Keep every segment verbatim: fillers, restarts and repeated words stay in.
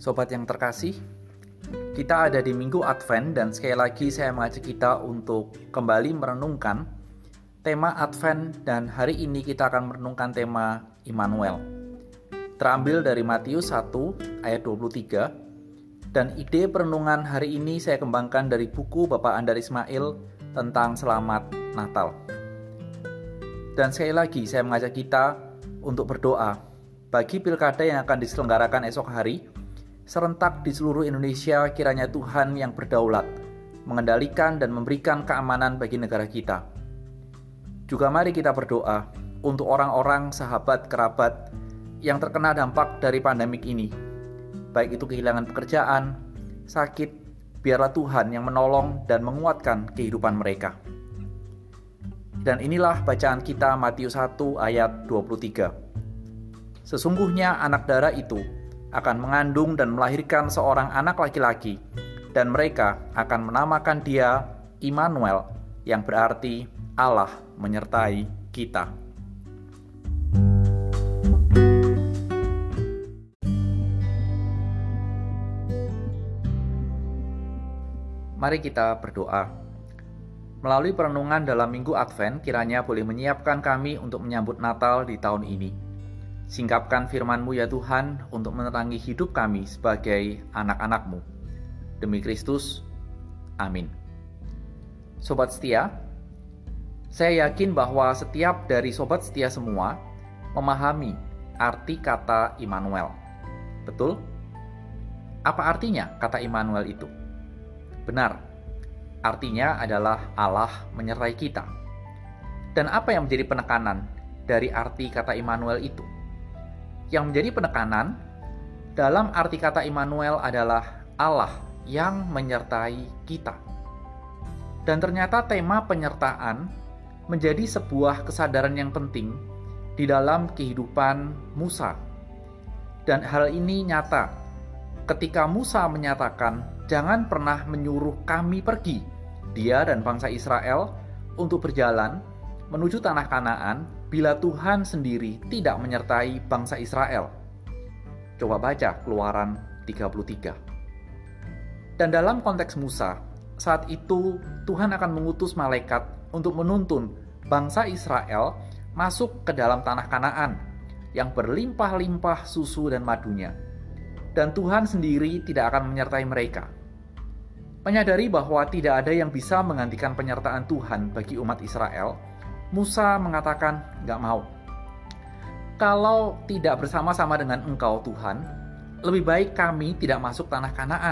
Sobat yang terkasih, kita ada di Minggu Advent dan sekali lagi saya mengajak kita untuk kembali merenungkan tema Advent, dan hari ini kita akan merenungkan tema Immanuel. Terambil dari Matius satu ayat dua puluh tiga, dan ide perenungan hari ini saya kembangkan dari buku Bapak Andar Ismail tentang Selamat Natal. Dan sekali lagi saya mengajak kita untuk berdoa bagi pilkada yang akan diselenggarakan esok hari, serentak di seluruh Indonesia. Kiranya Tuhan yang berdaulat mengendalikan dan memberikan keamanan bagi negara kita. Juga mari kita berdoa untuk orang-orang, sahabat, kerabat yang terkena dampak dari pandemik ini, baik itu kehilangan pekerjaan, sakit. Biarlah Tuhan yang menolong dan menguatkan kehidupan mereka. Dan inilah bacaan kita Matius satu ayat dua puluh tiga. Sesungguhnya anak darah itu akan mengandung dan melahirkan seorang anak laki-laki, dan mereka akan menamakan dia Immanuel, yang berarti Allah menyertai kita. Mari kita berdoa. Melalui perenungan dalam Minggu Advent, kiranya boleh menyiapkan kami untuk menyambut Natal di tahun ini. Singkapkan firman-Mu ya Tuhan untuk menerangi hidup kami sebagai anak-anak-Mu. Demi Kristus, amin. Sobat setia, saya yakin bahwa setiap dari sobat setia semua memahami arti kata Immanuel. Betul? Apa artinya kata Immanuel itu? Benar, artinya adalah Allah menyertai kita. Dan apa yang menjadi penekanan dari arti kata Immanuel itu? Yang menjadi penekanan dalam arti kata Immanuel adalah Allah yang menyertai kita. Dan ternyata tema penyertaan menjadi sebuah kesadaran yang penting di dalam kehidupan Musa. Dan hal ini nyata ketika Musa menyatakan, "Jangan pernah menyuruh kami pergi, dia dan bangsa Israel, untuk berjalan menuju tanah Kanaan bila Tuhan sendiri tidak menyertai bangsa Israel." Coba baca Keluaran tiga puluh tiga. Dan dalam konteks Musa, saat itu Tuhan akan mengutus malaikat untuk menuntun bangsa Israel masuk ke dalam tanah Kanaan yang berlimpah-limpah susu dan madunya. Dan Tuhan sendiri tidak akan menyertai mereka. Menyadari bahwa tidak ada yang bisa menggantikan penyertaan Tuhan bagi umat Israel, Musa mengatakan, "Gak mau. Kalau tidak bersama-sama dengan Engkau Tuhan, lebih baik kami tidak masuk tanah Kanaan."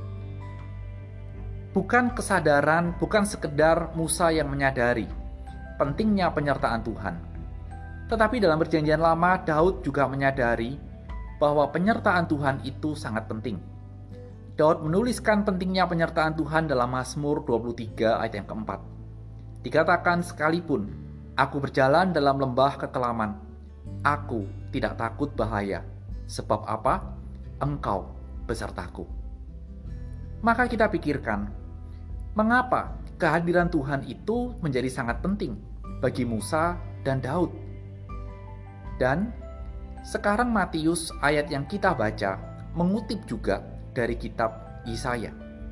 Bukan kesadaran, bukan sekedar Musa yang menyadari pentingnya penyertaan Tuhan. Tetapi dalam perjanjian lama, Daud juga menyadari bahwa penyertaan Tuhan itu sangat penting. Daud menuliskan pentingnya penyertaan Tuhan dalam Mazmur dua puluh tiga ayat yang keempat. Dikatakan, "Sekalipun aku berjalan dalam lembah kekelaman, aku tidak takut bahaya. Sebab apa? Engkau besertaku." Maka kita pikirkan, mengapa kehadiran Tuhan itu menjadi sangat penting bagi Musa dan Daud? Dan sekarang Matius ayat yang kita baca mengutip juga dari kitab Yesaya.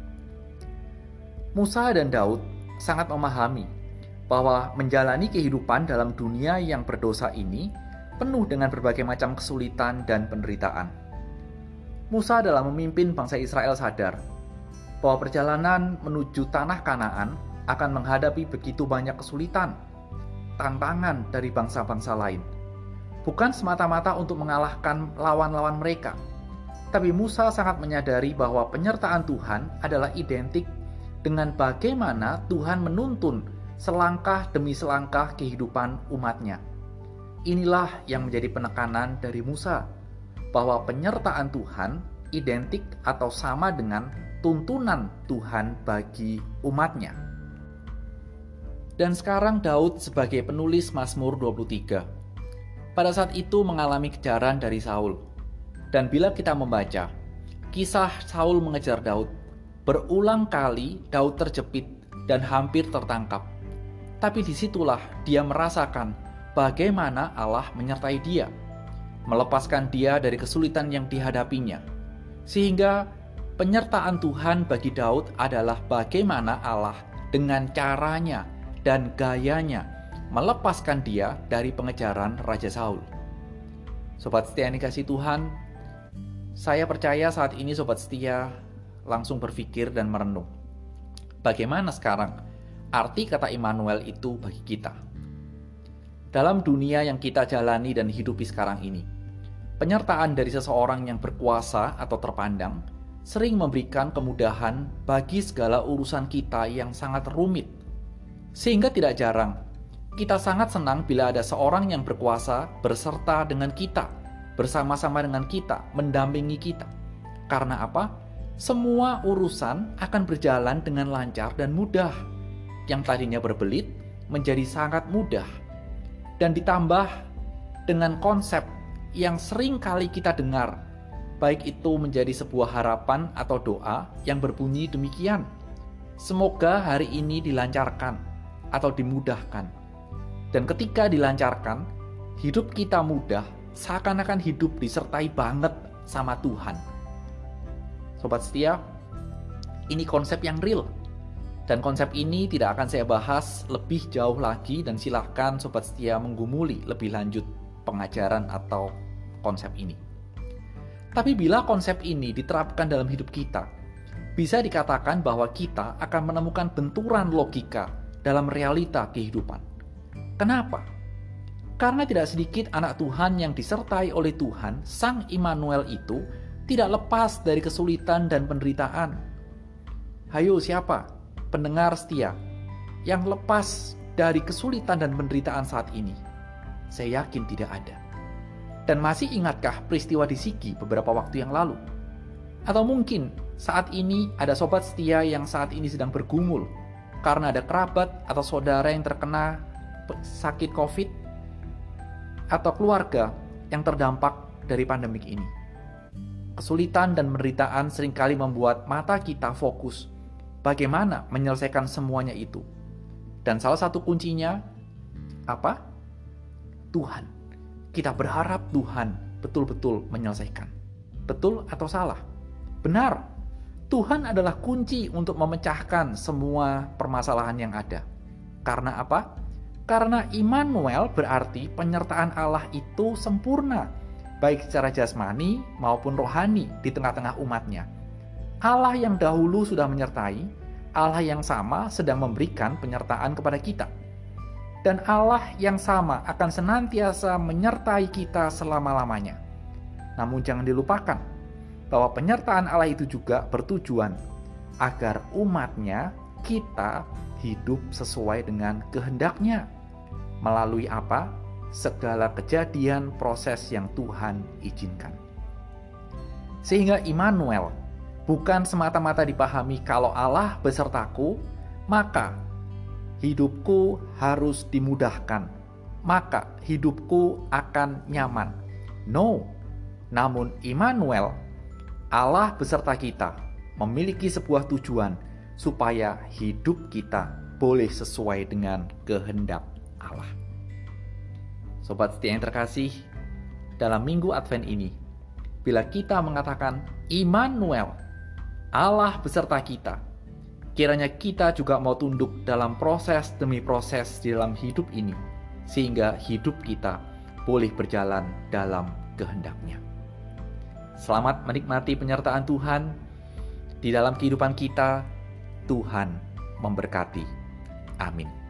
Musa dan Daud sangat memahami bahwa menjalani kehidupan dalam dunia yang berdosa ini penuh dengan berbagai macam kesulitan dan penderitaan. Musa dalam memimpin bangsa Israel sadar bahwa perjalanan menuju tanah Kanaan akan menghadapi begitu banyak kesulitan, tantangan dari bangsa-bangsa lain. Bukan semata-mata untuk mengalahkan lawan-lawan mereka, tapi Musa sangat menyadari bahwa penyertaan Tuhan adalah identik dengan bagaimana Tuhan menuntun selangkah demi selangkah kehidupan umatnya. Inilah yang menjadi penekanan dari Musa, bahwa penyertaan Tuhan identik atau sama dengan tuntunan Tuhan bagi umatnya. Dan sekarang Daud sebagai penulis Mazmur dua puluh tiga, pada saat itu mengalami kejaran dari Saul. Dan bila kita membaca kisah Saul mengejar Daud, berulang kali Daud terjepit dan hampir tertangkap. Tapi disitulah dia merasakan bagaimana Allah menyertai dia, melepaskan dia dari kesulitan yang dihadapinya, Sehingga penyertaan Tuhan bagi Daud adalah bagaimana Allah dengan caranya dan gayanya melepaskan dia dari pengejaran Raja Saul. Sobat setia yang dikasihi Tuhan, saya percaya saat ini sobat setia langsung berpikir dan merenung. Bagaimana sekarang arti kata Immanuel itu bagi kita? Dalam dunia yang kita jalani dan hidupi sekarang ini, penyertaan dari seseorang yang berkuasa atau terpandang sering memberikan kemudahan bagi segala urusan kita yang sangat rumit. Sehingga tidak jarang, kita sangat senang bila ada seorang yang berkuasa berserta dengan kita, bersama-sama dengan kita, mendampingi kita. Karena apa? Semua urusan akan berjalan dengan lancar dan mudah. Yang tadinya berbelit menjadi sangat mudah. Dan ditambah dengan konsep yang sering kali kita dengar, baik itu menjadi sebuah harapan atau doa yang berbunyi demikian. Semoga hari ini dilancarkan atau dimudahkan. Dan ketika dilancarkan, hidup kita mudah, seakan-akan hidup disertai banget sama Tuhan. Sobat setia, ini konsep yang real. Dan konsep ini tidak akan saya bahas lebih jauh lagi dan silahkan sobat setia menggumuli lebih lanjut pengajaran atau konsep ini. Tapi bila konsep ini diterapkan dalam hidup kita, bisa dikatakan bahwa kita akan menemukan benturan logika dalam realita kehidupan. Kenapa? Karena tidak sedikit anak Tuhan yang disertai oleh Tuhan, Sang Immanuel itu tidak lepas dari kesulitan dan penderitaan. Hayo siapa? Pendengar setia yang lepas dari kesulitan dan penderitaan saat ini? Saya yakin tidak ada. Dan masih ingatkah peristiwa di Sigi beberapa waktu yang lalu? Atau mungkin saat ini ada sobat setia yang saat ini sedang bergumul karena ada kerabat atau saudara yang terkena sakit COVID atau keluarga yang terdampak dari pandemik ini. Kesulitan dan penderitaan seringkali membuat mata kita fokus bagaimana menyelesaikan semuanya itu. Dan salah satu kuncinya apa? Tuhan. Kita berharap Tuhan betul-betul menyelesaikan. Betul atau salah? Benar. Tuhan adalah kunci untuk memecahkan semua permasalahan yang ada. Karena apa? Karena Immanuel berarti penyertaan Allah itu sempurna, baik secara jasmani maupun rohani di tengah-tengah umatnya. Allah yang dahulu sudah menyertai, Allah yang sama sedang memberikan penyertaan kepada kita. Dan Allah yang sama akan senantiasa menyertai kita selama-lamanya. Namun jangan dilupakan bahwa penyertaan Allah itu juga bertujuan agar umatnya, kita hidup sesuai dengan kehendaknya. Melalui apa? Segala kejadian proses yang Tuhan izinkan. Sehingga Immanuel bukan semata-mata dipahami kalau Allah besertaku, maka hidupku harus dimudahkan, maka hidupku akan nyaman. No, namun Immanuel, Allah beserta kita, memiliki sebuah tujuan supaya hidup kita boleh sesuai dengan kehendak Allah. Sobat setia yang terkasih, dalam minggu Advent ini, bila kita mengatakan Immanuel, Allah beserta kita, kiranya kita juga mau tunduk dalam proses demi proses di dalam hidup ini, sehingga hidup kita boleh berjalan dalam kehendak-Nya. Selamat menikmati penyertaan Tuhan di dalam kehidupan kita. Tuhan memberkati. Amin.